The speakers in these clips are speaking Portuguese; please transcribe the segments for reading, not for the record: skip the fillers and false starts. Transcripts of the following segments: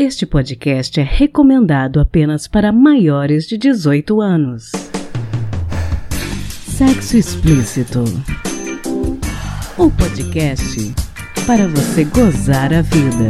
Este podcast é recomendado apenas para maiores de 18 anos. Sexo Explícito. O podcast para você gozar a vida.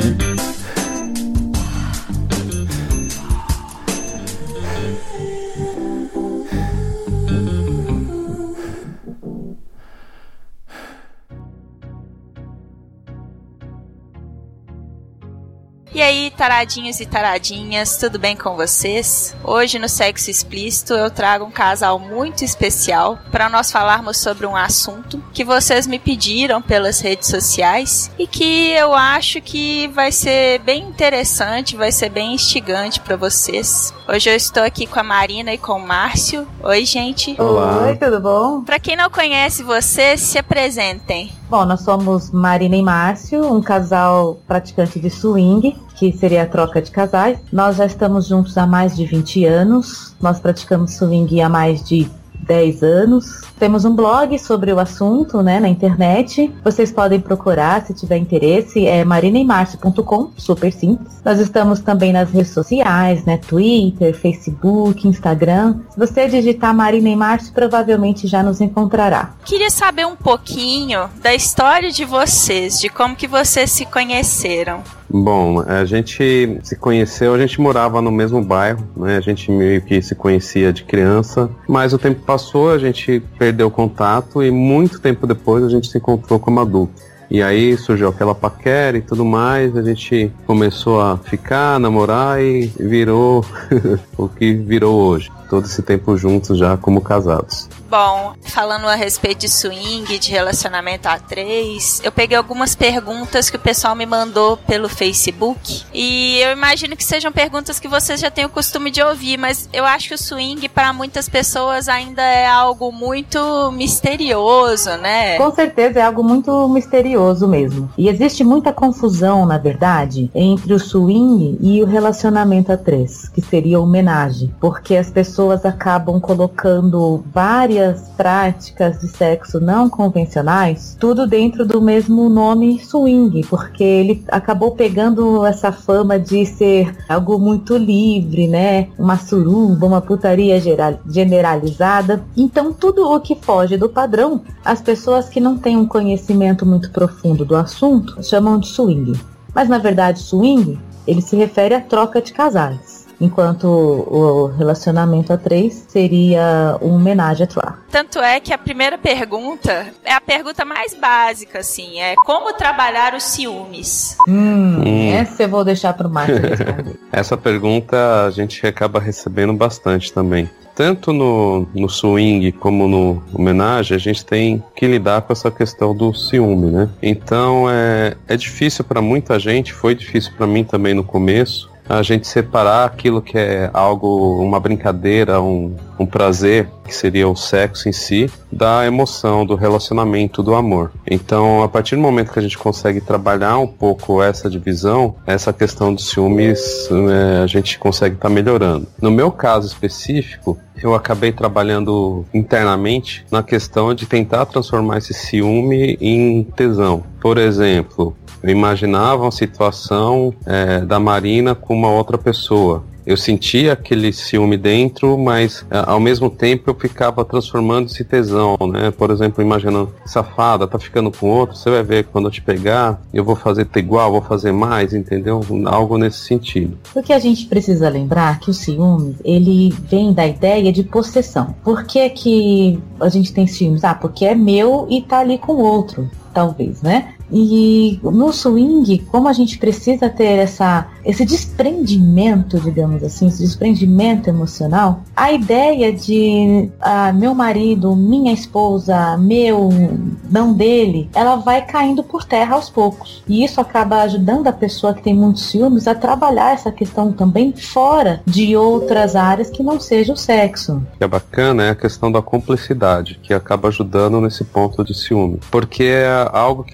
E aí, taradinhos e taradinhas, tudo bem com vocês? Hoje no Sexo Explícito eu trago um casal muito especial para nós falarmos sobre um assunto que vocês me pediram pelas redes sociais e que eu acho que vai ser bem interessante, vai ser bem instigante para vocês. Hoje eu estou aqui com a Marina e com o Márcio. Oi, gente. Olá. Oi, tudo bom? Para quem não conhece vocês, se apresentem. Bom, nós somos Marina e Márcio, um casal praticante de swing, que seria a troca de casais. Nós já estamos juntos há mais de 20 anos. Nós praticamos swing há mais de 10 anos. Temos um blog sobre o assunto, né, na internet. Vocês podem procurar se tiver interesse. É marinaemarcio.com, super simples. Nós estamos também nas redes sociais, né, Twitter, Facebook, Instagram. Se você digitar Marina e Márcio, provavelmente já nos encontrará. Queria saber um pouquinho da história de vocês, de como que vocês se conheceram. Bom, a gente se conheceu, a gente morava no mesmo bairro, né? A gente meio que se conhecia de criança, mas o tempo passou, a gente perdeu o contato e muito tempo depois a gente se encontrou como adulto. E aí surgiu aquela paquera e tudo mais, a gente começou a ficar, namorar e virou o que virou hoje. Todo esse tempo juntos já como casados. Bom, falando a respeito de swing, de relacionamento a três, eu peguei algumas perguntas que o pessoal me mandou pelo Facebook e eu imagino que sejam perguntas que vocês já têm o costume de ouvir, mas eu acho que o swing para muitas pessoas ainda é algo muito misterioso, né? Com certeza é algo muito misterioso mesmo. E existe muita confusão, na verdade, entre o swing e o relacionamento a três, que seria o homenagem, porque as pessoas acabam colocando várias práticas de sexo não convencionais, tudo dentro do mesmo nome swing, porque ele acabou pegando essa fama de ser algo muito livre, né? Uma suruba, uma putaria generalizada. Então tudo o que foge do padrão, as pessoas que não têm um conhecimento muito profundo do assunto chamam de swing. Mas na verdade swing, ele se refere à troca de casais, enquanto o relacionamento a três seria um homenagem a trois. Tanto é que a primeira pergunta é a pergunta mais básica, assim, é como trabalhar os ciúmes? Essa eu vou deixar para o Márcio responder. Essa pergunta a gente acaba recebendo bastante também. Tanto no swing como no homenagem, a gente tem que lidar com essa questão do ciúme, né? Então é difícil para muita gente, foi difícil para mim também no começo, a gente separar aquilo que é algo, uma brincadeira, um prazer, que seria o sexo em si, da emoção, do relacionamento, do amor. Então, a partir do momento que a gente consegue trabalhar um pouco essa divisão, essa questão dos ciúmes, a gente consegue estar melhorando. No meu caso específico, eu acabei trabalhando internamente na questão de tentar transformar esse ciúme em tesão. Por exemplo, eu imaginava uma situação da Marina com uma outra pessoa. Eu sentia aquele ciúme dentro, mas ao mesmo tempo eu ficava transformando esse tesão, né? Por exemplo, imaginando, safada, tá ficando com outro, você vai ver quando eu te pegar, eu vou fazer igual, vou fazer mais, entendeu? Algo nesse sentido. Porque a gente precisa lembrar que o ciúme, ele vem da ideia de possessão. Por que a gente tem ciúmes? Porque é meu e tá ali com o outro, talvez, né? E no swing, como a gente precisa ter esse desprendimento, digamos assim, esse desprendimento emocional, a ideia de meu marido, minha esposa, meu, não dele, ela vai caindo por terra aos poucos. E isso acaba ajudando a pessoa que tem muitos ciúmes a trabalhar essa questão também fora de outras áreas que não seja o sexo. O que é bacana é a questão da cumplicidade, que acaba ajudando nesse ponto de ciúme. Porque é algo que os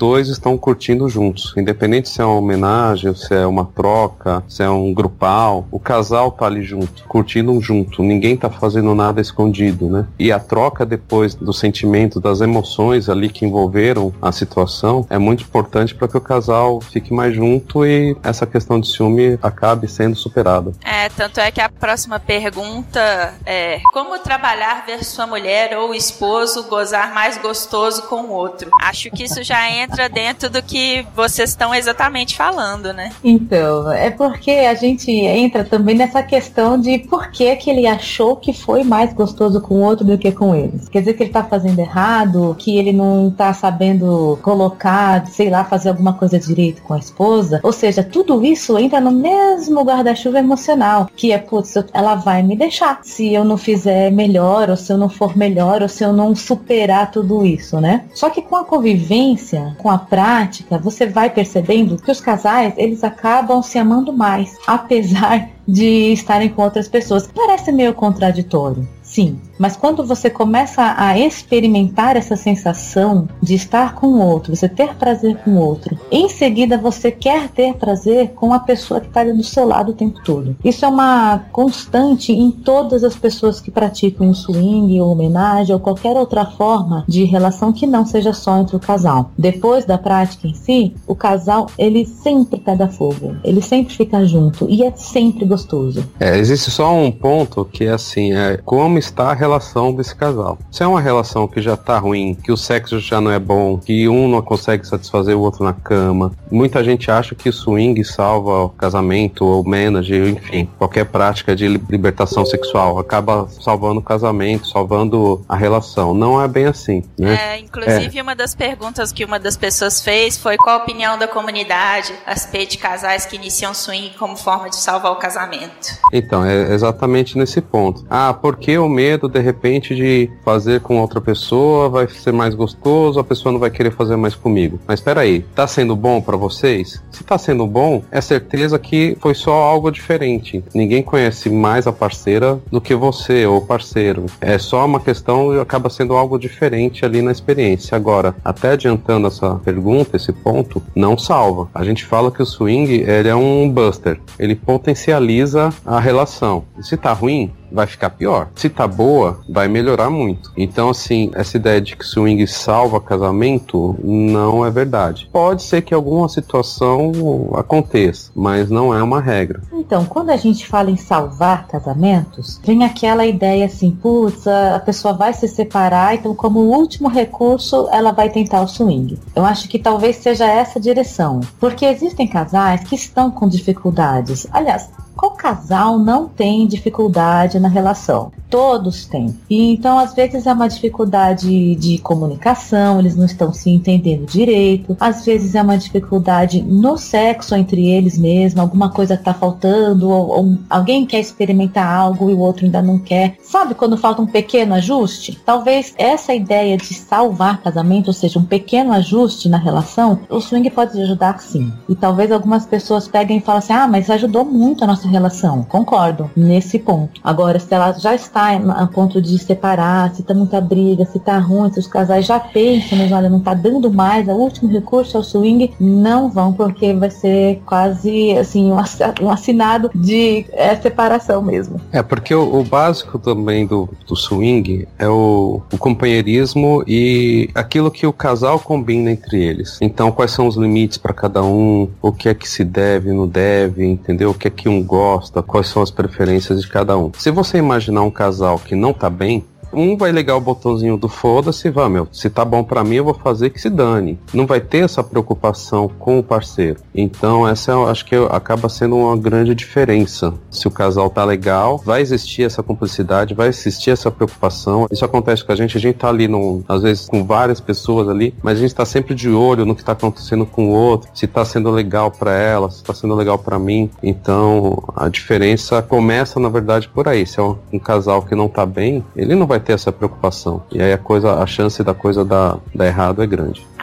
dois estão curtindo juntos. Independente se é uma homenagem, se é uma troca, se é um grupal, o casal tá ali junto, curtindo junto. Ninguém tá fazendo nada escondido, né? E a troca depois do sentimento, das emoções ali que envolveram a situação é muito importante para que o casal fique mais junto e essa questão de ciúme acabe sendo superada. Tanto é que a próxima pergunta é: como trabalhar ver sua mulher ou esposo gozar mais gostoso com o outro? Acho que isso já entra dentro do que vocês estão exatamente falando, né? Então, é porque a gente entra também nessa questão de por que ele achou que foi mais gostoso com o outro do que com eles. Quer dizer que ele tá fazendo errado, que ele não tá sabendo colocar, sei lá, fazer alguma coisa direito com a esposa. Ou seja, tudo isso entra no mesmo guarda-chuva emocional, que é, putz, ela vai me deixar se eu não fizer melhor, ou se eu não for melhor, ou se eu não superar tudo isso, né? Só que com a convivência, com a prática, você vai percebendo que os casais, eles acabam se amando mais, apesar de estarem com outras pessoas. Parece meio contraditório, sim, mas quando você começa a experimentar essa sensação de estar com o outro, você ter prazer com o outro, em seguida você quer ter prazer com a pessoa que está ali do seu lado o tempo todo. Isso é uma constante em todas as pessoas que praticam o swing, ou homenagem, ou qualquer outra forma de relação que não seja só entre o casal. Depois da prática em si, o casal, ele sempre pega fogo, ele sempre fica junto, e é sempre gostoso. Existe só um ponto que é assim, como está a relação desse casal. Se é uma relação que já tá ruim, que o sexo já não é bom, que um não consegue satisfazer o outro na cama, muita gente acha que o swing salva o casamento, ou manager, enfim, qualquer prática de libertação sexual, acaba salvando o casamento, salvando a relação. Não é bem assim, né? Inclusive uma das perguntas que uma das pessoas fez foi: qual a opinião da comunidade a respeito de casais que iniciam swing como forma de salvar o casamento? Então, é exatamente nesse ponto. Porque o medo, de repente, de fazer com outra pessoa vai ser mais gostoso, a pessoa não vai querer fazer mais comigo. Mas espera aí, tá sendo bom pra vocês? Se tá sendo bom, é certeza que foi só algo diferente. Ninguém conhece mais a parceira do que você, ou parceiro. É só uma questão e acaba sendo algo diferente ali na experiência. Agora, até adiantando essa pergunta, esse ponto, não salva. A gente fala que o swing, ele é um buster. Ele potencializa a relação. E se tá ruim, vai ficar pior. Se tá boa, vai melhorar muito. Então, assim, essa ideia de que swing salva casamento não é verdade. Pode ser que alguma situação aconteça, mas não é uma regra. Então, quando a gente fala em salvar casamentos, vem aquela ideia assim, putz, a pessoa vai se separar, então como último recurso, ela vai tentar o swing. Eu acho que talvez seja essa direção. Porque existem casais que estão com dificuldades. Aliás, qual casal não tem dificuldade na relação? Todos têm. E então, às vezes, é uma dificuldade de comunicação, eles não estão se entendendo direito. Às vezes, é uma dificuldade no sexo entre eles mesmos, alguma coisa está faltando, ou alguém quer experimentar algo e o outro ainda não quer. Sabe quando falta um pequeno ajuste? Talvez essa ideia de salvar casamento, ou seja, um pequeno ajuste na relação, o swing pode ajudar sim. E talvez algumas pessoas peguem e falem assim, mas ajudou muito a nossa relação. Concordo nesse ponto. Agora, se ela já está a ponto de separar, se tá muita briga, se tá ruim, se os casais já pensam, mas olha, não tá dando mais, o último recurso é o swing, não vão, porque vai ser quase assim um assinado de separação mesmo. Porque o básico também do swing é o companheirismo e aquilo que o casal combina entre eles. Então, quais são os limites para cada um, o que é que se deve, não deve, entendeu? O que é que um gosta, quais são as preferências de cada um. Se você imaginar um casal que não tá bem, um vai ligar o botãozinho do foda-se e vai, se tá bom pra mim eu vou fazer que se dane. Não vai ter essa preocupação com o parceiro. Então essa eu acho que acaba sendo uma grande diferença. Se o casal tá legal, vai existir essa cumplicidade, vai existir essa preocupação. Isso acontece com a gente tá ali, às vezes com várias pessoas ali, mas a gente tá sempre de olho no que tá acontecendo com o outro, se tá sendo legal pra ela, se tá sendo legal pra mim. Então a diferença começa na verdade por aí. Se é um casal que não tá bem, ele não vai ter essa preocupação. E aí a chance da coisa dar errado é grande.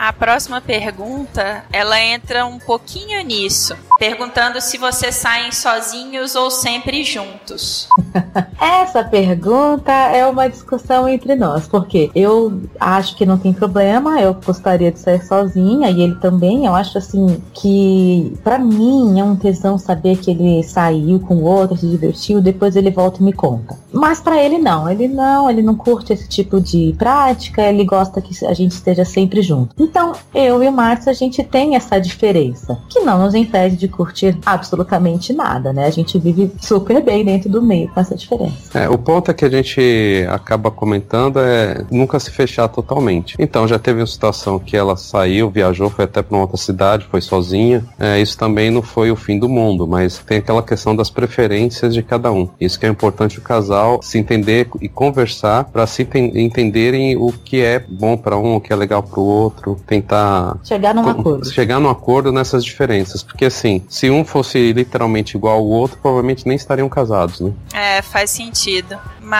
A próxima pergunta, ela entra um pouquinho nisso, perguntando se vocês saem sozinhos ou sempre juntos. Essa pergunta é uma discussão entre nós, porque eu acho que não tem problema, eu gostaria de sair sozinha e ele também. Eu acho assim que pra mim é um tesão saber que ele saiu com o outro, se divertiu, depois ele volta e me conta. Mas pra ele não ele não curte esse tipo de prática, ele gosta que a gente esteja sempre junto. Então, eu e o Márcio, a gente tem essa diferença, que não nos impede de curtir absolutamente nada, né? A gente vive super bem dentro do meio com essa diferença. O ponto é que a gente acaba comentando é nunca se fechar totalmente. Então, já teve uma situação que ela saiu, viajou, foi até para uma outra cidade, foi sozinha. Isso também não foi o fim do mundo, mas tem aquela questão das preferências de cada um. Isso que é importante o casal se entender e conversar para se entenderem o que é bom para um, o que é legal para o outro, tentar chegar num acordo nessas diferenças, porque assim, se um fosse literalmente igual ao outro, provavelmente nem estariam casados, né? Faz sentido.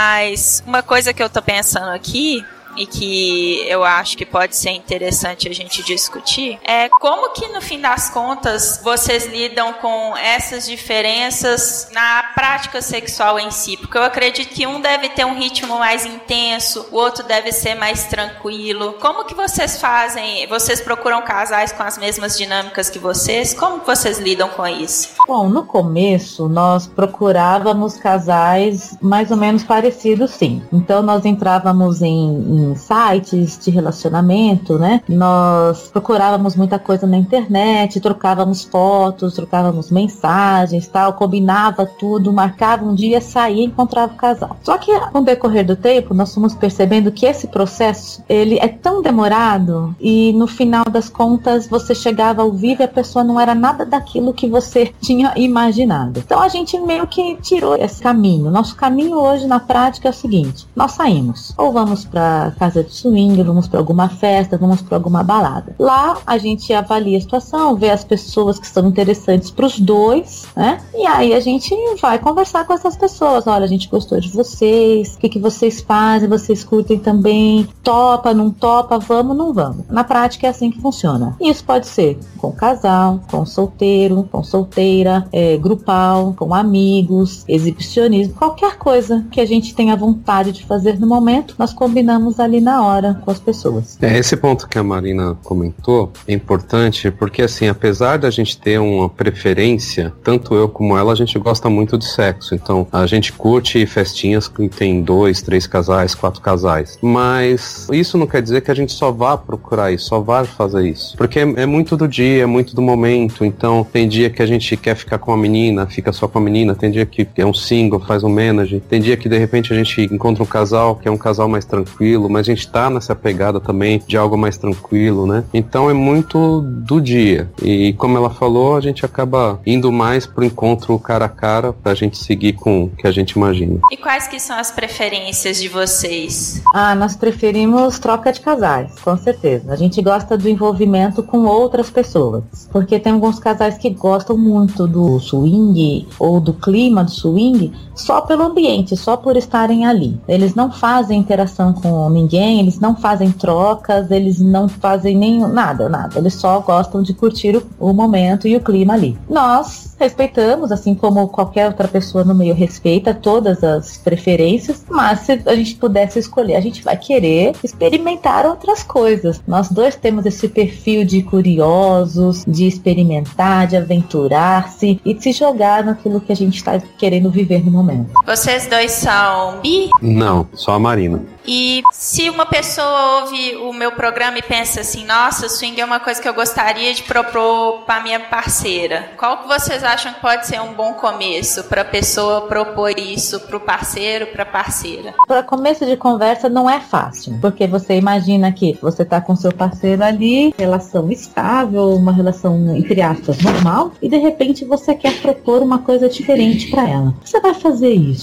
Mas uma coisa que eu tô pensando aqui e que eu acho que pode ser interessante a gente discutir é como que no fim das contas vocês lidam com essas diferenças na prática sexual em si, porque eu acredito que um deve ter um ritmo mais intenso, o outro deve ser mais tranquilo. Como que vocês fazem? Vocês procuram casais com as mesmas dinâmicas que vocês? Como que vocês lidam com isso? Bom, no começo nós procurávamos casais mais ou menos parecidos, sim. Então nós entrávamos em sites de relacionamento, né? Nós procurávamos muita coisa na internet, trocávamos fotos, trocávamos mensagens, tal, combinava tudo, marcava um dia, saía e encontrava o casal. Só que com o decorrer do tempo, nós fomos percebendo que esse processo, ele é tão demorado e no final das contas você chegava ao vivo e a pessoa não era nada daquilo que você tinha imaginado. Então a gente meio que tirou esse caminho. Nosso caminho hoje na prática é o seguinte: nós saímos, ou vamos para casa de swing, vamos para alguma festa, vamos para alguma balada. Lá a gente avalia a situação, vê as pessoas que são interessantes para os dois, né? E aí a gente vai conversar com essas pessoas. Olha, a gente gostou de vocês, o que vocês fazem, vocês curtem também, topa, não topa, vamos, não vamos. Na prática é assim que funciona. Isso pode ser com casal, com solteiro, com solteira, grupal, com amigos, exibicionismo, qualquer coisa que a gente tenha vontade de fazer no momento, nós combinamos ali na hora com as pessoas. Esse ponto que a Marina comentou é importante porque, assim, apesar da gente ter uma preferência, tanto eu como ela, a gente gosta muito de sexo. Então, a gente curte festinhas que tem 2, 3 casais, 4 casais. Mas isso não quer dizer que a gente só vá procurar isso, só vá fazer isso. Porque é muito do dia, é muito do momento. Então, tem dia que a gente quer ficar com a menina, fica só com a menina. Tem dia que é um single, faz um menage. Tem dia que, de repente, a gente encontra um casal que é um casal mais tranquilo, mas a gente tá nessa pegada também de algo mais tranquilo, né? Então é muito do dia. E como ela falou, a gente acaba indo mais pro encontro cara a cara pra gente seguir com o que a gente imagina. E quais que são as preferências de vocês? Nós preferimos troca de casais, com certeza. A gente gosta do envolvimento com outras pessoas, porque tem alguns casais que gostam muito do swing ou do clima do swing só pelo ambiente, só por estarem ali. Eles não fazem interação com ninguém, eles não fazem trocas, eles não fazem nada. Eles só gostam de curtir o momento e o clima ali. Nós respeitamos, assim como qualquer outra pessoa no meio respeita todas as preferências, mas se a gente pudesse escolher, a gente vai querer experimentar outras coisas. Nós dois temos esse perfil de curiosos, de experimentar, de aventurar-se e de se jogar naquilo que a gente está querendo viver no momento. Vocês dois são bi? Não, só a Marina. E se uma pessoa ouve o meu programa e pensa assim, nossa, swing é uma coisa que eu gostaria de propor para minha parceira, qual que vocês acham que pode ser um bom começo para a pessoa propor isso para o parceiro, para a parceira? Para começo de conversa não é fácil, porque você imagina que você tá com seu parceiro ali, relação estável, uma relação entre aspas normal, e de repente você quer propor uma coisa diferente para ela. Você vai fazer isso?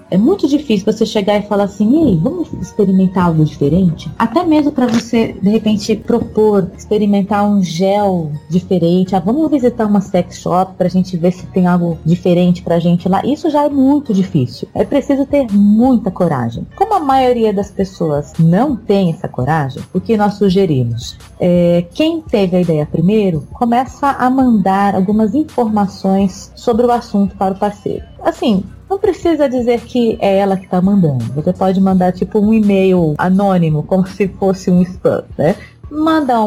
É muito difícil você chegar e falar assim, ei, vamos experimentar algo diferente? Até mesmo para você, de repente, propor, experimentar um gel diferente. Vamos visitar uma sex shop pra gente ver se tem algo diferente pra gente lá. Isso já é muito difícil. É preciso ter muita coragem. Como a maioria das pessoas não tem essa coragem, o que nós sugerimos? Quem teve a ideia primeiro, começa a mandar algumas informações sobre o assunto para o parceiro. Assim, não precisa dizer que é ela que está mandando. Você pode mandar tipo um e-mail anônimo, como se fosse um spam, né? Manda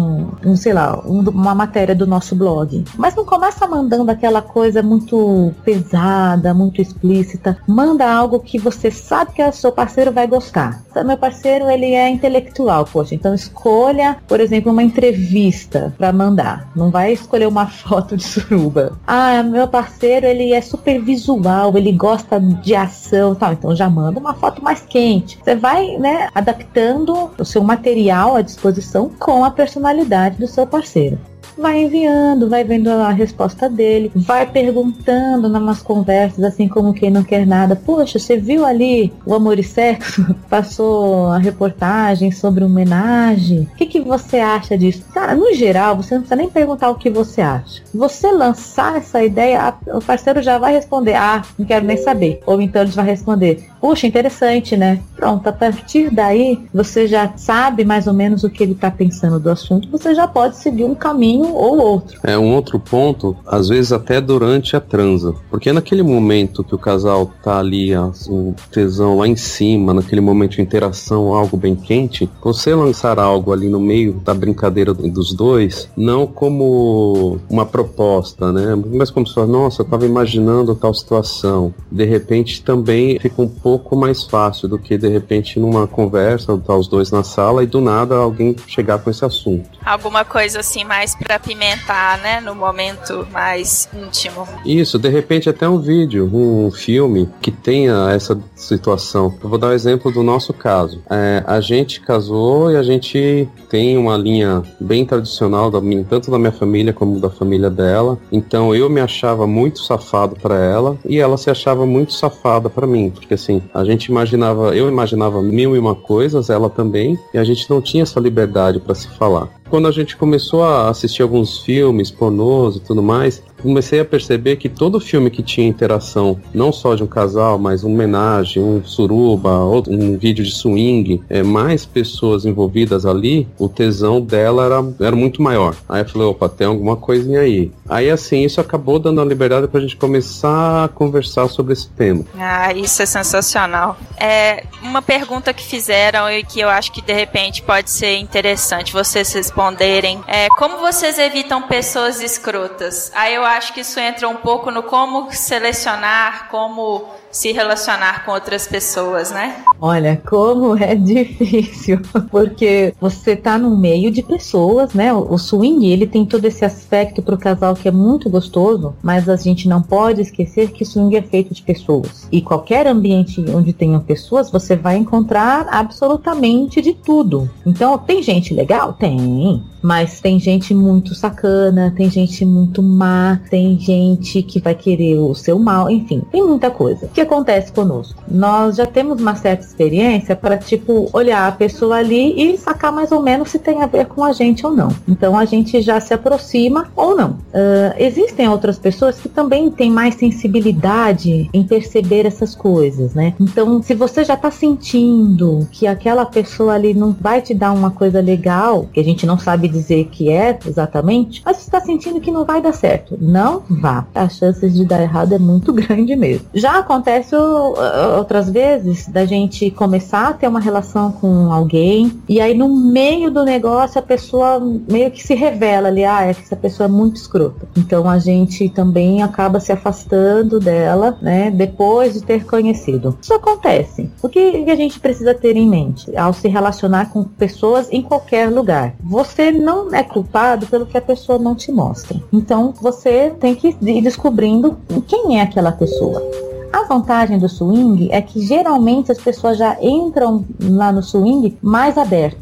uma matéria do nosso blog. Mas não começa mandando aquela coisa muito pesada, muito explícita. Manda algo que você sabe que o seu parceiro vai gostar. Meu parceiro, ele é intelectual, poxa. Então escolha, por exemplo, uma entrevista para mandar. Não vai escolher uma foto de suruba. Meu parceiro, ele é super visual, ele gosta de ação, tal. Então já manda uma foto mais quente. Você vai, adaptando o seu material à disposição com a personalidade do seu parceiro. Vai enviando, vai vendo a resposta dele, vai perguntando numas conversas, assim como quem não quer nada. Poxa, você viu ali o Amor e Sexo? Passou a reportagem sobre homenagem. O que você acha disso? Cara, no geral, você não precisa nem perguntar o que você acha. Você lançar essa ideia, o parceiro já vai responder, não quero nem saber. Ou então ele vai responder, puxa, interessante, né? Pronto, a partir daí, você já sabe mais ou menos o que ele está pensando do assunto, você já pode seguir um caminho ou outro. Um outro ponto, às vezes até durante a transa, porque naquele momento que o casal tá ali, o tesão lá em cima, naquele momento de interação, algo bem quente, você lançar algo ali no meio da brincadeira dos dois, não como uma proposta, né? Mas como se fosse, nossa, eu tava imaginando tal situação. De repente também fica um pouco mais fácil do que de repente numa conversa, tá os dois na sala e do nada alguém chegar com esse assunto. Alguma coisa assim mais pra pimentar, né? No momento mais íntimo. Isso, de repente até um vídeo, um filme que tenha essa situação. Eu vou dar o exemplo do nosso caso. A gente casou e a gente tem uma linha bem tradicional, tanto da minha família como da família dela. Então eu me achava muito safado pra ela e ela se achava muito safada pra mim. Porque assim, eu imaginava mil e uma coisas, ela também, e a gente não tinha essa liberdade pra se falar. Quando a gente começou a assistir alguns filmes pornôs e tudo mais, comecei a perceber que todo filme que tinha interação, não só de um casal, mas uma homenagem, um suruba, um vídeo de swing, mais pessoas envolvidas ali, o tesão dela era muito maior. Aí eu falei, opa, tem alguma coisinha aí. Aí assim, isso acabou dando a liberdade pra gente começar a conversar sobre esse tema. Isso é sensacional. Uma pergunta que fizeram e que eu acho que de repente pode ser interessante vocês responderem. Como vocês evitam pessoas escrotas? Aí eu acho que isso entra um pouco no como selecionar, como se relacionar com outras pessoas, né? Olha, como é difícil, porque você tá no meio de pessoas, né? O swing, ele tem todo esse aspecto pro casal que é muito gostoso, mas a gente não pode esquecer que o swing é feito de pessoas. E qualquer ambiente onde tenham pessoas, você vai encontrar absolutamente de tudo. Então, tem gente legal? Tem. Mas tem gente muito sacana, tem gente muito má, tem gente que vai querer o seu mal, enfim, tem muita coisa. O que acontece conosco? Nós já temos uma certa experiência para, olhar a pessoa ali e sacar mais ou menos se tem a ver com a gente ou não. Então a gente já se aproxima ou não. Existem outras pessoas que também têm mais sensibilidade em perceber essas coisas, né? Então, se você já tá sentindo que aquela pessoa ali não vai te dar uma coisa legal, que a gente não sabe dizer que é exatamente, mas você está sentindo que não vai dar certo, não vá. As chances de dar errado é muito grande mesmo. Já acontece outras vezes da gente começar a ter uma relação com alguém e aí no meio do negócio a pessoa meio que se revela ali, essa pessoa é muito escrota. Então a gente também acaba se afastando dela, né, depois de ter conhecido. Isso acontece. O que a gente precisa ter em mente ao se relacionar com pessoas em qualquer lugar? Você não é culpado pelo que a pessoa não te mostra. Então você tem que ir descobrindo quem é aquela pessoa. A vantagem do swing é que geralmente as pessoas já entram lá no swing mais abertas.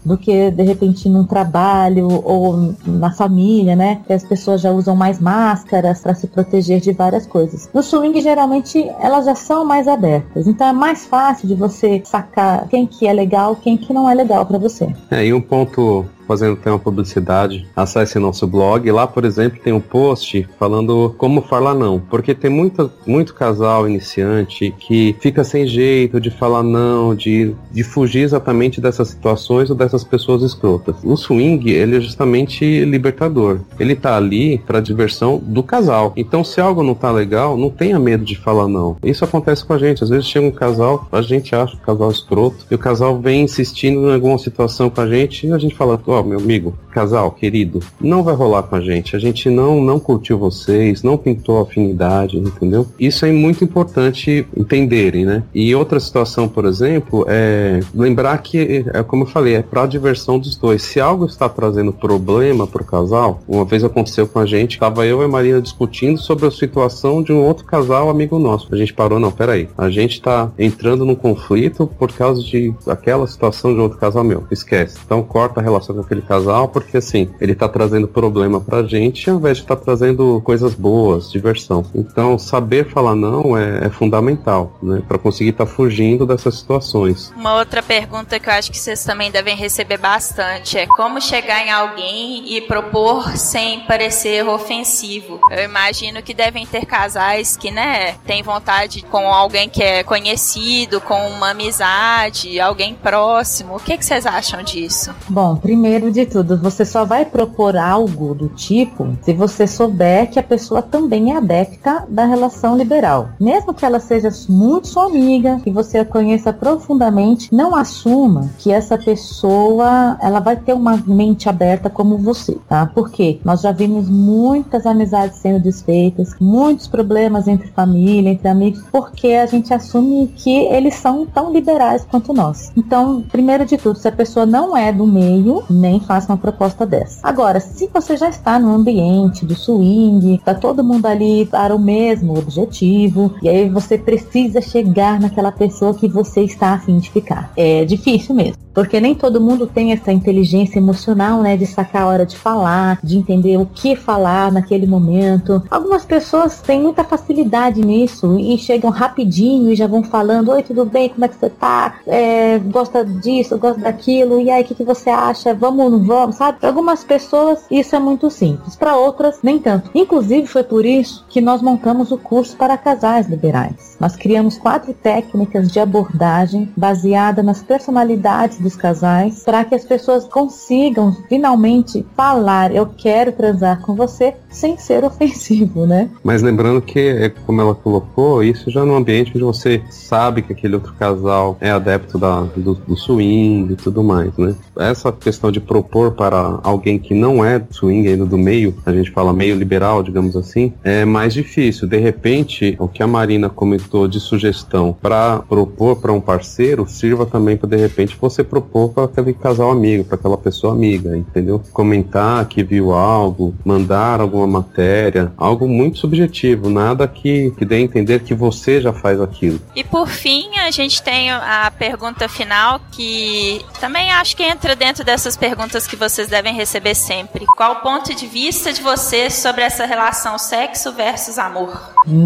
do que de repente num trabalho ou na família, né? Que as pessoas já usam mais máscaras para se proteger de várias coisas. No swing, geralmente, elas já são mais abertas. Então é mais fácil de você sacar quem que é legal, quem que não é legal para você. E um ponto, fazendo até uma publicidade, acesse nosso blog. Lá, por exemplo, tem um post falando como falar não. Porque tem muito casal iniciante que fica sem jeito de falar não, de fugir exatamente dessas situações ou dessas pessoas escrotas. O swing, ele é justamente libertador. Ele tá ali para diversão do casal. Então, se algo não tá legal, não tenha medo de falar não. Isso acontece com a gente. Às vezes chega um casal, a gente acha o casal escroto, e o casal vem insistindo em alguma situação com a gente, e a gente fala, meu amigo, casal, querido, não vai rolar com a gente não curtiu vocês, não pintou afinidade, entendeu? Isso é muito importante entenderem, né? E outra situação, por exemplo, é lembrar que, como eu falei, é pra diversão dos dois. Se algo está trazendo problema pro casal, uma vez aconteceu com a gente, tava eu e a Marina discutindo sobre a situação de um outro casal amigo nosso. A gente parou, não, peraí, a gente tá entrando num conflito por causa de aquela situação de outro casal meu, esquece. Então corta a relação com aquele casal, porque assim, ele tá trazendo problema pra gente ao invés de estar trazendo coisas boas, diversão. Então, saber falar não é fundamental, né? Pra conseguir estar fugindo dessas situações. Uma outra pergunta que eu acho que vocês também devem receber bastante é como chegar em alguém e propor sem parecer ofensivo. Eu imagino que devem ter casais que, né, tem vontade com alguém que é conhecido, com uma amizade, alguém próximo. O que vocês acham disso? Bom, primeiro de tudo, você só vai propor algo do tipo se você souber que a pessoa também é adepta da relação liberal. Mesmo que ela seja muito sua amiga, que você a conheça profundamente, não assuma que essa pessoa ela vai ter uma mente aberta como você, tá? Porque nós já vimos muitas amizades sendo desfeitas, muitos problemas entre família, entre amigos, porque a gente assume que eles são tão liberais quanto nós. Então, primeiro de tudo, se a pessoa não é do meio, nem faça uma proposta dessa. Agora, se você já está no ambiente do swing, tá todo mundo ali para o mesmo objetivo, e aí você precisa chegar naquela pessoa que você está a fim de ficar. É difícil mesmo, porque nem todo mundo tem essa inteligência emocional, né, de sacar a hora de falar, de entender o que falar naquele momento. Algumas pessoas têm muita facilidade nisso e chegam rapidinho e já vão falando, oi, tudo bem, como é que você tá? Gosta disso, gosta daquilo, e aí, o que você acha? Vamos ou não vamos, sabe? Para algumas pessoas isso é muito simples, para outras nem tanto. Inclusive foi por isso que nós montamos o curso para casais liberais. Nós criamos 4 técnicas de abordagem baseada nas personalidades dos casais, para que as pessoas consigam finalmente falar, eu quero transar com você, sem ser ofensivo, né? Mas lembrando que, como ela colocou, isso já no ambiente onde você sabe que aquele outro casal é adepto do swing e tudo mais, né? Essa questão de propor para alguém que não é swing ainda do meio, a gente fala meio liberal, digamos assim, é mais difícil. De repente, o que a Marina comentou de sugestão para propor para um parceiro, sirva também para, de repente, você propor para aquele casal amigo, para aquela pessoa amiga, entendeu? Comentar que viu algo, mandar alguma matéria, algo muito subjetivo, nada que dê a entender que você já faz aquilo. E por fim, a gente tem a pergunta final, que também acho que entra dentro dessas perguntas que vocês devem receber sempre. Qual o ponto de vista de vocês sobre essa relação sexo versus amor?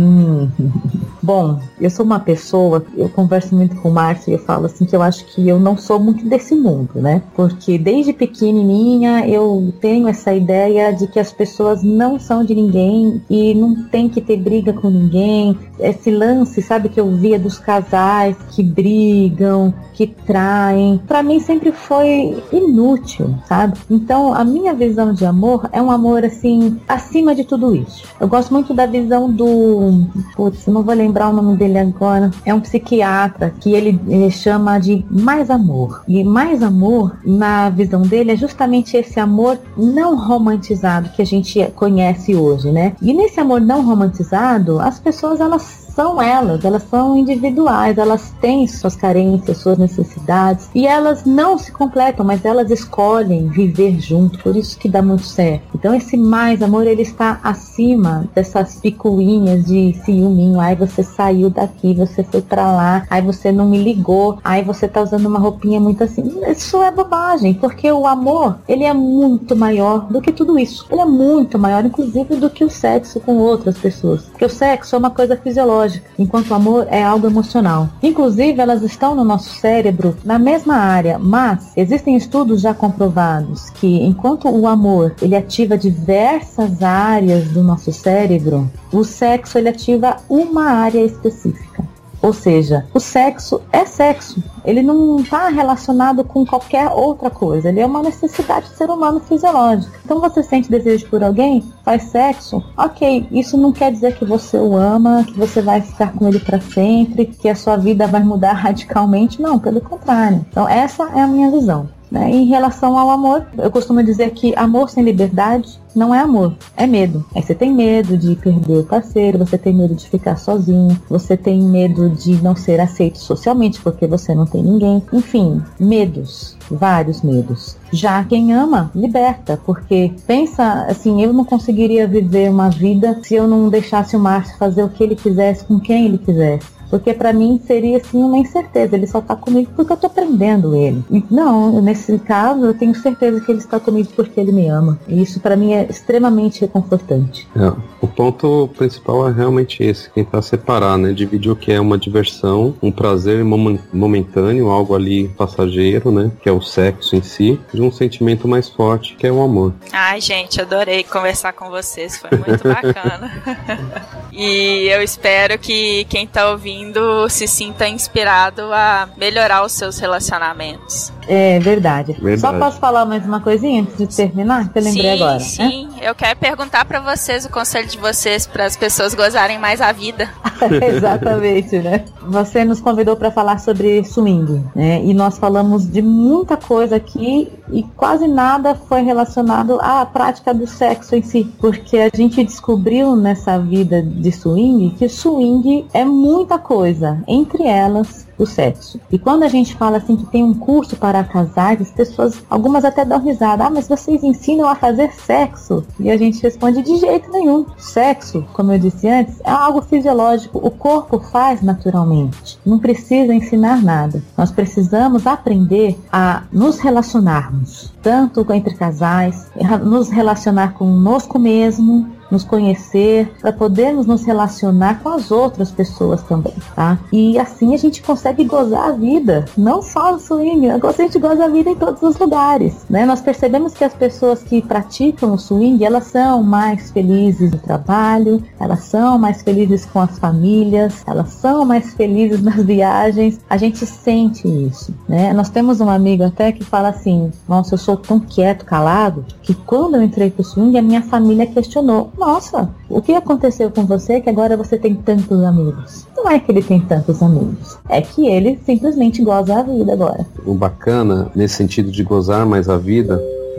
Bom, eu sou uma pessoa, eu converso muito com o Márcio e eu falo assim que eu acho que eu não sou muito desse mundo, né? Porque desde pequenininha eu tenho essa ideia de que as pessoas não são de ninguém e não tem que ter briga com ninguém. Esse lance, sabe, que eu via dos casais que brigam, que traem, pra mim sempre foi inútil, sabe? Então a minha visão de amor é um amor assim, acima de tudo isso. Eu gosto muito da visão do... Putz, eu não vou lembrar o nome dele agora. É um psiquiatra que ele chama de mais amor. E mais amor, na visão dele, é justamente esse amor não romantizado que a gente conhece hoje, né? E nesse amor não romantizado, as pessoas, elas são individuais, elas têm suas carências, suas necessidades, e elas não se completam, mas elas escolhem viver junto, por isso que dá muito certo. Então esse mais amor, ele está acima dessas picuinhas de ciúminho, aí você saiu daqui, você foi pra lá, aí você não me ligou, aí você tá usando uma roupinha muito muito assim. Isso é bobagem, porque o amor, ele é muito maior do que tudo isso. Ele é muito maior, inclusive, do que o sexo com outras pessoas. Porque o sexo é uma coisa fisiológica, enquanto o amor é algo emocional. Inclusive, elas estão no nosso cérebro na mesma área, mas existem estudos já comprovados que enquanto o amor, ele ativa diversas áreas do nosso cérebro, o sexo, ele ativa uma área específica. Ou seja, o sexo é sexo. Ele não está relacionado com qualquer outra coisa. Ele é uma necessidade do ser humano fisiológica. Então você sente desejo por alguém, faz sexo, ok. Isso não quer dizer que você o ama, que você vai ficar com ele para sempre, que a sua vida vai mudar radicalmente. Não, pelo contrário. Então essa é a minha visão. Em relação ao amor, eu costumo dizer que amor sem liberdade não é amor, é medo. Aí você tem medo de perder o parceiro, você tem medo de ficar sozinho, você tem medo de não ser aceito socialmente porque você não tem ninguém. Enfim, medos, vários medos. Já quem ama, liberta, porque pensa assim, eu não conseguiria viver uma vida se eu não deixasse o Márcio fazer o que ele quisesse com quem ele quisesse. Porque pra mim seria assim uma incerteza, ele só tá comigo porque eu tô prendendo ele. Não, nesse caso eu tenho certeza que ele está comigo porque ele me ama. E isso pra mim é extremamente reconfortante. O ponto principal é realmente esse, tentar separar, né? Dividir o que é uma diversão, um prazer momentâneo, algo ali passageiro, né? Que é o sexo em si, de um sentimento mais forte, que é o amor. Ai, gente, adorei conversar com vocês, foi muito bacana. E eu espero que quem tá ouvindo se sinta inspirado a melhorar os seus relacionamentos. É verdade. Só posso falar mais uma coisinha antes de terminar? Que eu lembrei agora. Sim, eu quero perguntar pra vocês o conselho de vocês para as pessoas gozarem mais a vida. Exatamente, né? Você nos convidou para falar sobre swing, né? E nós falamos de muita coisa aqui e quase nada foi relacionado à prática do sexo em si, porque a gente descobriu nessa vida de swing que swing é muita coisa, entre elas o sexo. E quando a gente fala assim que tem um curso para casais, as pessoas, algumas até dão risada. Mas vocês ensinam a fazer sexo? E a gente responde de jeito nenhum. Sexo, como eu disse antes, é algo fisiológico. O corpo faz naturalmente. Não precisa ensinar nada. Nós precisamos aprender a nos relacionarmos, tanto entre casais, nos relacionar conosco mesmo, nos conhecer, para podermos nos relacionar com as outras pessoas também, tá? E assim a gente consegue gozar a vida, não só no swing, a gente goza a vida em todos os lugares, né? Nós percebemos que as pessoas que praticam o swing, elas são mais felizes no trabalho, elas são mais felizes com as famílias, elas são mais felizes nas viagens, a gente sente isso, né? Nós temos um amigo até que fala assim: nossa, eu sou tão quieto, calado, que quando eu entrei pro swing, a minha família questionou: nossa, o que aconteceu com você que agora você tem tantos amigos? Não é que ele tem tantos amigos, é que ele simplesmente goza a vida agora. O bacana, nesse sentido de gozar mais a vida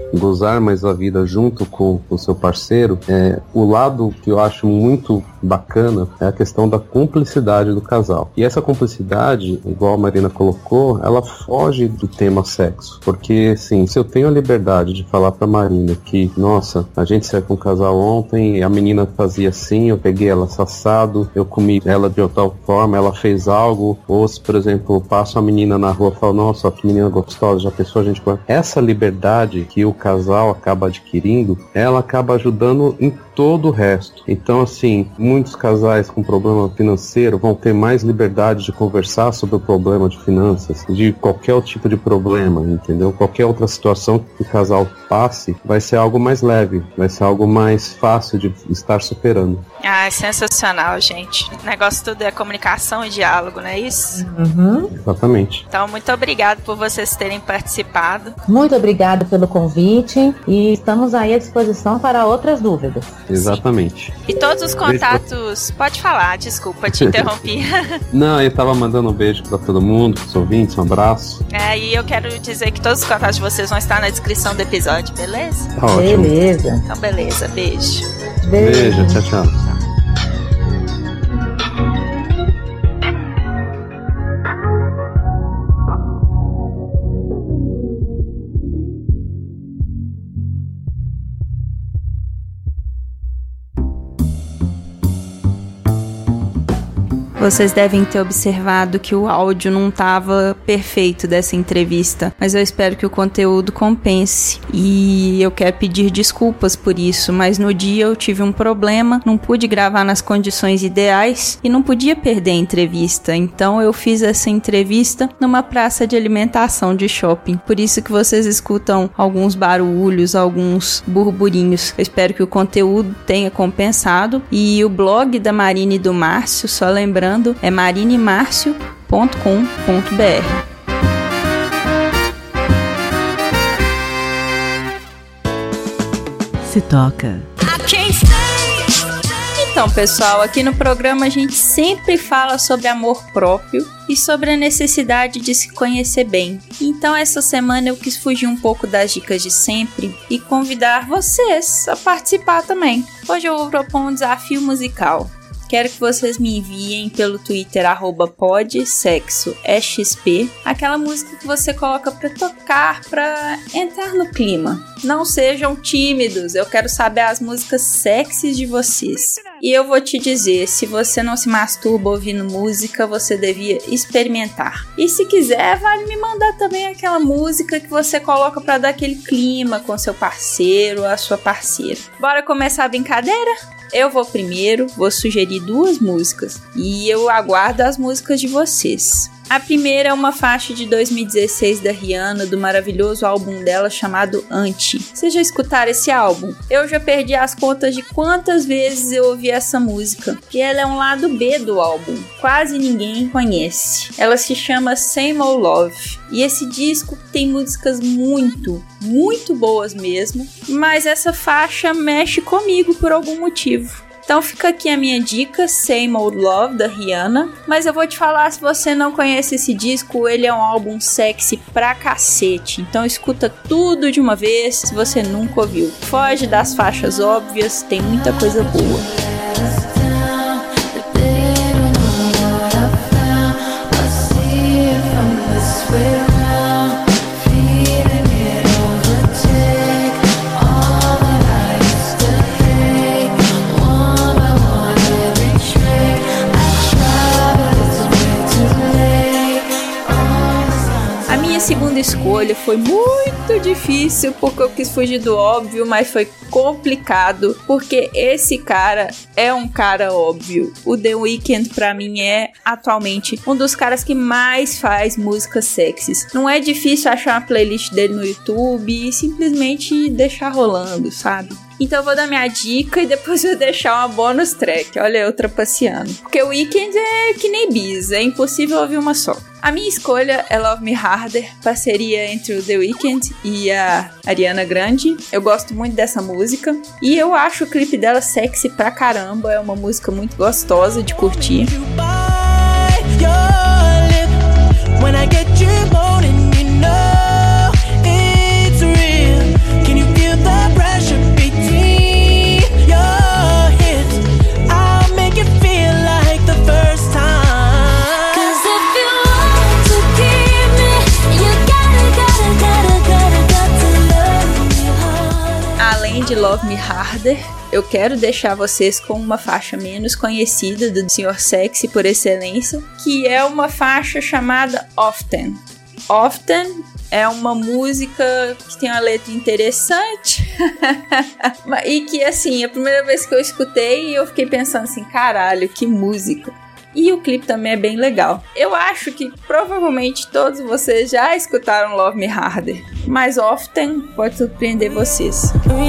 junto com o seu parceiro, o lado que eu acho muito bacana é a questão da cumplicidade do casal. E essa cumplicidade, igual a Marina colocou, ela foge do tema sexo. Porque, assim, se eu tenho a liberdade de falar pra Marina que, nossa, a gente saiu com um casal ontem, a menina fazia assim, eu peguei ela assado, eu comi ela de tal forma, ela fez algo, ou se, por exemplo, eu passo a menina na rua e falo, nossa, que menina gostosa, já pensou a gente... Essa liberdade que o casal acaba adquirindo, ela acaba ajudando em todo o resto. Então, assim, muitos casais com problema financeiro vão ter mais liberdade de conversar sobre o problema de finanças, de qualquer tipo de problema, entendeu? Qualquer outra situação que o casal passe, vai ser algo mais leve, vai ser algo mais fácil de estar superando. Ah, é sensacional, gente. O negócio tudo é comunicação e diálogo, não é isso? Uhum. Exatamente. Então, muito obrigado por vocês terem participado. Muito obrigada pelo convite e estamos aí à disposição para outras dúvidas. Exatamente. Sim. E todos os contatos... Pode falar, desculpa, te interrompi. Não, eu tava mandando um beijo pra todo mundo, pros ouvintes, um abraço. E eu quero dizer que todos os contatos de vocês vão estar na descrição do episódio, beleza? Tá ótimo. Beleza. Então, beleza. Beijo. Beijo, tchau, tchau. Vocês devem ter observado que o áudio não estava perfeito dessa entrevista, mas eu espero que o conteúdo compense. E eu quero pedir desculpas por isso, mas no dia eu tive um problema, não pude gravar nas condições ideais e não podia perder a entrevista. Então eu fiz essa entrevista numa praça de alimentação de shopping. Por isso que vocês escutam alguns barulhos, alguns burburinhos. Eu espero que o conteúdo tenha compensado. E o blog da Marina e do Márcio, só lembrando, é marinemarcio.com.br. Se toca. Então, pessoal, aqui no programa a gente sempre fala sobre amor próprio e sobre a necessidade de se conhecer bem. Então, essa semana eu quis fugir um pouco das dicas de sempre e convidar vocês a participar também. Hoje eu vou propor um desafio musical. Quero que vocês me enviem pelo Twitter @podsexoexp aquela música que você coloca pra tocar, pra entrar no clima. Não sejam tímidos, eu quero saber as músicas sexys de vocês. E eu vou te dizer, se você não se masturba ouvindo música, você devia experimentar. E se quiser, vale me mandar também aquela música que você coloca pra dar aquele clima com seu parceiro ou a sua parceira. Bora começar a brincadeira? Eu vou primeiro, vou sugerir 2 músicas e eu aguardo as músicas de vocês. A primeira é uma faixa de 2016 da Rihanna, do maravilhoso álbum dela chamado Anti. Vocês já escutaram esse álbum? Eu já perdi as contas de quantas vezes eu ouvi essa música. E ela é um lado B do álbum. Quase ninguém conhece. Ela se chama Same Old Love. E esse disco tem músicas muito boas mesmo. Mas essa faixa mexe comigo por algum motivo. Então fica aqui a minha dica, Same Old Love, da Rihanna. Mas eu vou te falar, se você não conhece esse disco, ele é um álbum sexy pra cacete. Então escuta tudo de uma vez, se você nunca ouviu. Foge das faixas óbvias, tem muita coisa boa. Segunda escolha foi muito difícil porque eu quis fugir do óbvio, mas foi complicado porque esse cara é um cara óbvio. O The Weeknd pra mim é atualmente um dos caras que mais faz músicas sexys. Não é difícil achar uma playlist dele no YouTube e simplesmente deixar rolando, sabe? Então eu vou dar minha dica e depois vou deixar uma bonus track. Olha eu trapaceando. Porque o Weeknd é que nem bis, é impossível ouvir uma só. A minha escolha é Love Me Harder, parceria entre o The Weeknd e a Ariana Grande. Eu gosto muito dessa música e eu acho o clipe dela sexy pra caramba. É uma música muito gostosa de curtir. De Love Me Harder, eu quero deixar vocês com uma faixa menos conhecida do Sr. Sexy por excelência, que é uma faixa chamada Often. Often é uma música que tem uma letra interessante e que, assim, a primeira vez que eu escutei, eu fiquei pensando assim, caralho, que música. E o clipe também é bem legal. Eu acho que provavelmente todos vocês já escutaram Love Me Harder, mas Often pode surpreender vocês.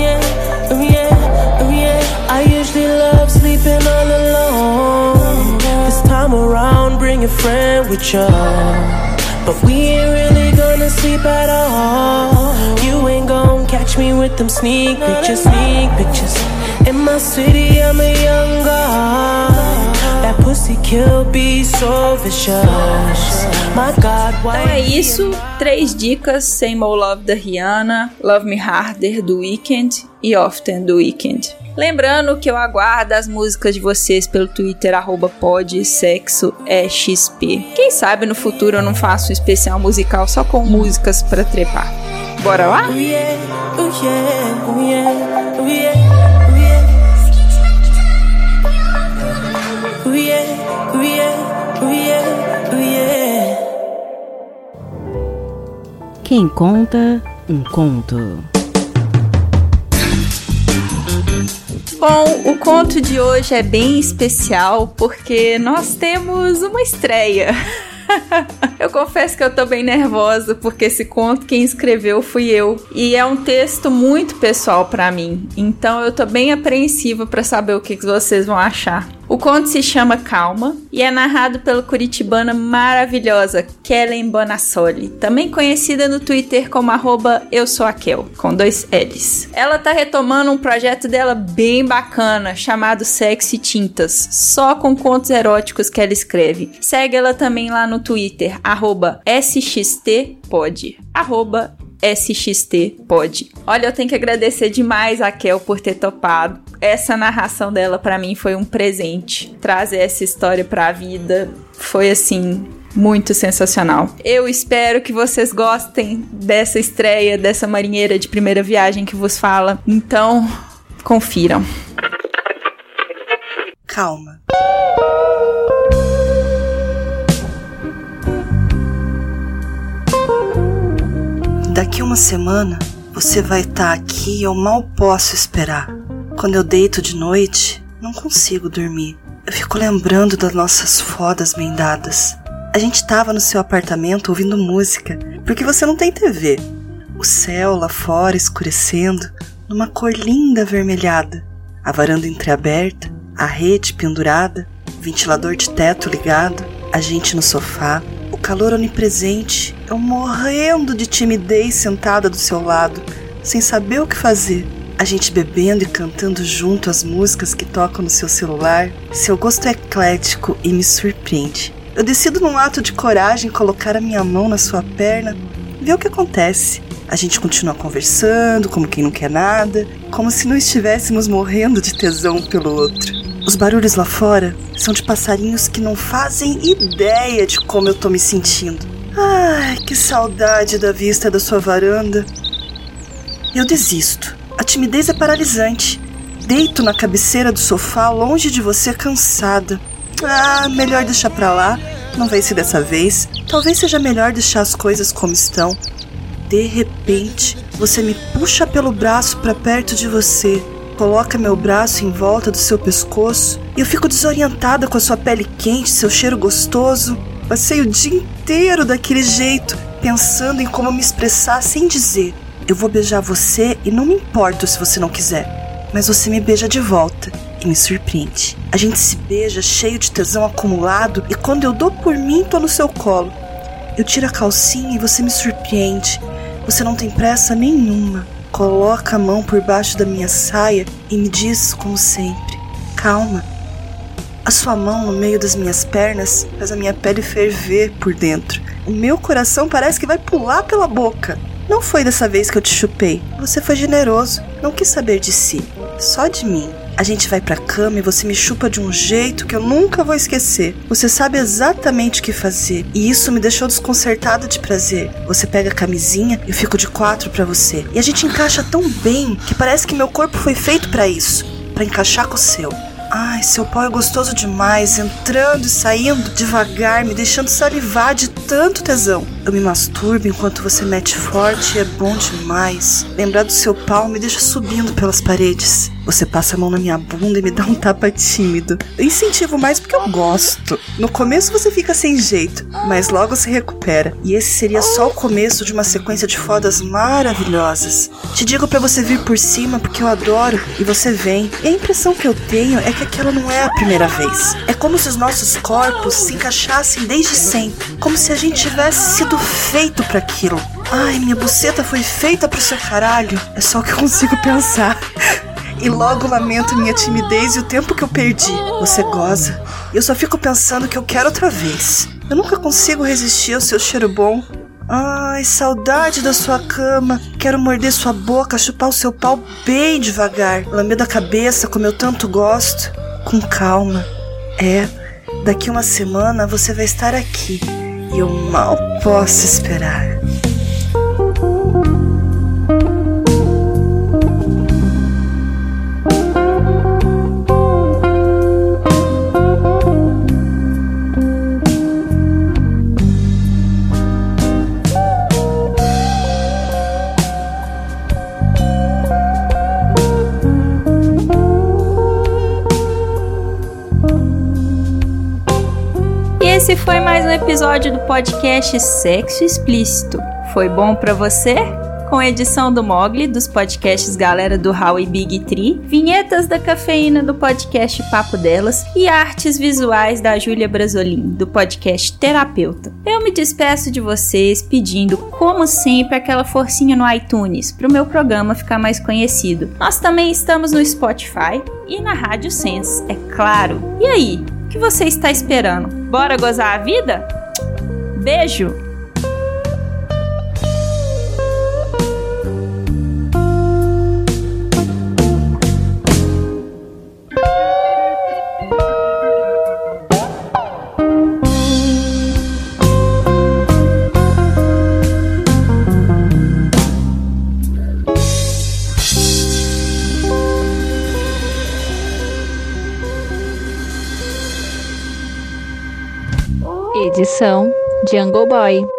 I usually love sleeping all alone. This time around bring a friend with you, but we ain't really gonna sleep at all. You ain't gonna catch me with them sneak pictures. In my city I'm a young god. That pussy kill be so vicious. My God, why? Então é isso, 3 dicas: Same Old Love da Rihanna, Love Me Harder do Weeknd e Often do Weeknd. Lembrando que eu aguardo as músicas de vocês pelo Twitter @podsexoexp. Quem sabe no futuro eu não faço um especial musical só com músicas pra trepar. Bora lá? Oh yeah, oh yeah, oh yeah, oh yeah, oh yeah. Oh yeah, oh yeah. Quem conta um conto? Bom, o conto de hoje é bem especial porque nós temos uma estreia. Eu confesso que eu tô bem nervosa porque esse conto quem escreveu fui eu e é um texto muito pessoal pra mim, então eu tô bem apreensiva pra saber o que vocês vão achar. O conto se chama Calma e é narrado pela curitibana maravilhosa Kellen Bonassoli, também conhecida no Twitter como @eusouaquel, com 2 L's. Ela tá retomando um projeto dela bem bacana, chamado Sexo e Tintas, só com contos eróticos que ela escreve. Segue ela também lá no Twitter, @sxtpod, @sxtpod. Olha, eu tenho que agradecer demais a Kel por ter topado. Essa narração dela pra mim foi um presente. Trazer essa história pra vida foi assim muito sensacional. Eu espero que vocês gostem dessa estreia, dessa marinheira de primeira viagem que vos fala. Então, confiram. Calma. Daqui uma semana, você vai estar aqui e eu mal posso esperar. Quando eu deito de noite, não consigo dormir. Eu fico lembrando das nossas fodas bem dadas. A gente tava no seu apartamento ouvindo música, porque você não tem TV. O céu lá fora escurecendo, numa cor linda avermelhada. A varanda entreaberta, a rede pendurada, o ventilador de teto ligado, a gente no sofá. O calor onipresente, eu morrendo de timidez sentada do seu lado, sem saber o que fazer. A gente bebendo e cantando junto as músicas que tocam no seu celular. Seu gosto é eclético e me surpreende. Eu decido num ato de coragem colocar a minha mão na sua perna, ver o que acontece. A gente continua conversando, como quem não quer nada, como se não estivéssemos morrendo de tesão pelo outro. Os barulhos lá fora são de passarinhos que não fazem ideia de como eu tô me sentindo. Ai, que saudade da vista da sua varanda. Eu desisto. A timidez é paralisante. Deito na cabeceira do sofá, longe de você, cansada. Ah, melhor deixar pra lá. Não vai ser dessa vez. Talvez seja melhor deixar as coisas como estão. De repente, você me puxa pelo braço pra perto de você. Coloca meu braço em volta do seu pescoço e eu fico desorientada com a sua pele quente, seu cheiro gostoso. Passei o dia inteiro daquele jeito, pensando em como me expressar sem dizer. Eu vou beijar você e não me importo se você não quiser. Mas você me beija de volta e me surpreende. A gente se beija cheio de tesão acumulado e quando eu dou por mim, tô no seu colo. Eu tiro a calcinha e você me surpreende. Você não tem pressa nenhuma. Coloca a mão por baixo da minha saia e me diz, como sempre, calma. A sua mão no meio das minhas pernas faz a minha pele ferver por dentro. O meu coração parece que vai pular pela boca. Não foi dessa vez que eu te chupei. Você foi generoso, não quis saber de si, só de mim. A gente vai pra cama e você me chupa de um jeito que eu nunca vou esquecer. Você sabe exatamente o que fazer e isso me deixou desconcertada de prazer. Você pega a camisinha e eu fico de 4 pra você. E a gente encaixa tão bem que parece que meu corpo foi feito pra isso, pra encaixar com o seu. Ai, seu pau é gostoso demais, entrando e saindo devagar, me deixando salivar de tanto tesão. Eu me masturbo enquanto você mete forte e é bom demais. Lembrar do seu pau me deixa subindo pelas paredes. Você passa a mão na minha bunda e me dá um tapa tímido. Eu incentivo mais porque eu gosto. No começo você fica sem jeito, mas logo se recupera. E esse seria só o começo de uma sequência de fodas maravilhosas. Te digo pra você vir por cima porque eu adoro e você vem. E a impressão que eu tenho é que aquela não é a primeira vez. É como se os nossos corpos se encaixassem desde sempre. Como se a gente tivesse sido feito pra aquilo. Ai, minha buceta foi feita pro seu caralho. É só o que eu consigo pensar. E logo lamento minha timidez e o tempo que eu perdi. Você goza e eu só fico pensando que eu quero outra vez. Eu nunca consigo resistir ao seu cheiro bom. Ai, saudade da sua cama. Quero morder sua boca, chupar o seu pau bem devagar, lamber da cabeça como eu tanto gosto. Com calma. Daqui uma semana você vai estar aqui e eu mal posso esperar. Esse foi mais um episódio do podcast Sexo Explícito. Foi bom pra você? Com edição do Mogli, dos podcasts Galera do Hall e Big Tree, vinhetas da Cafeína do podcast Papo Delas e artes visuais da Júlia Brasolin, do podcast Terapeuta. Eu me despeço de vocês pedindo, como sempre, aquela forcinha no iTunes para o meu programa ficar mais conhecido. Nós também estamos no Spotify e na Rádio Sense, é claro. E aí, o que você está esperando? Bora gozar a vida? Beijo! Edição Jungle Boy.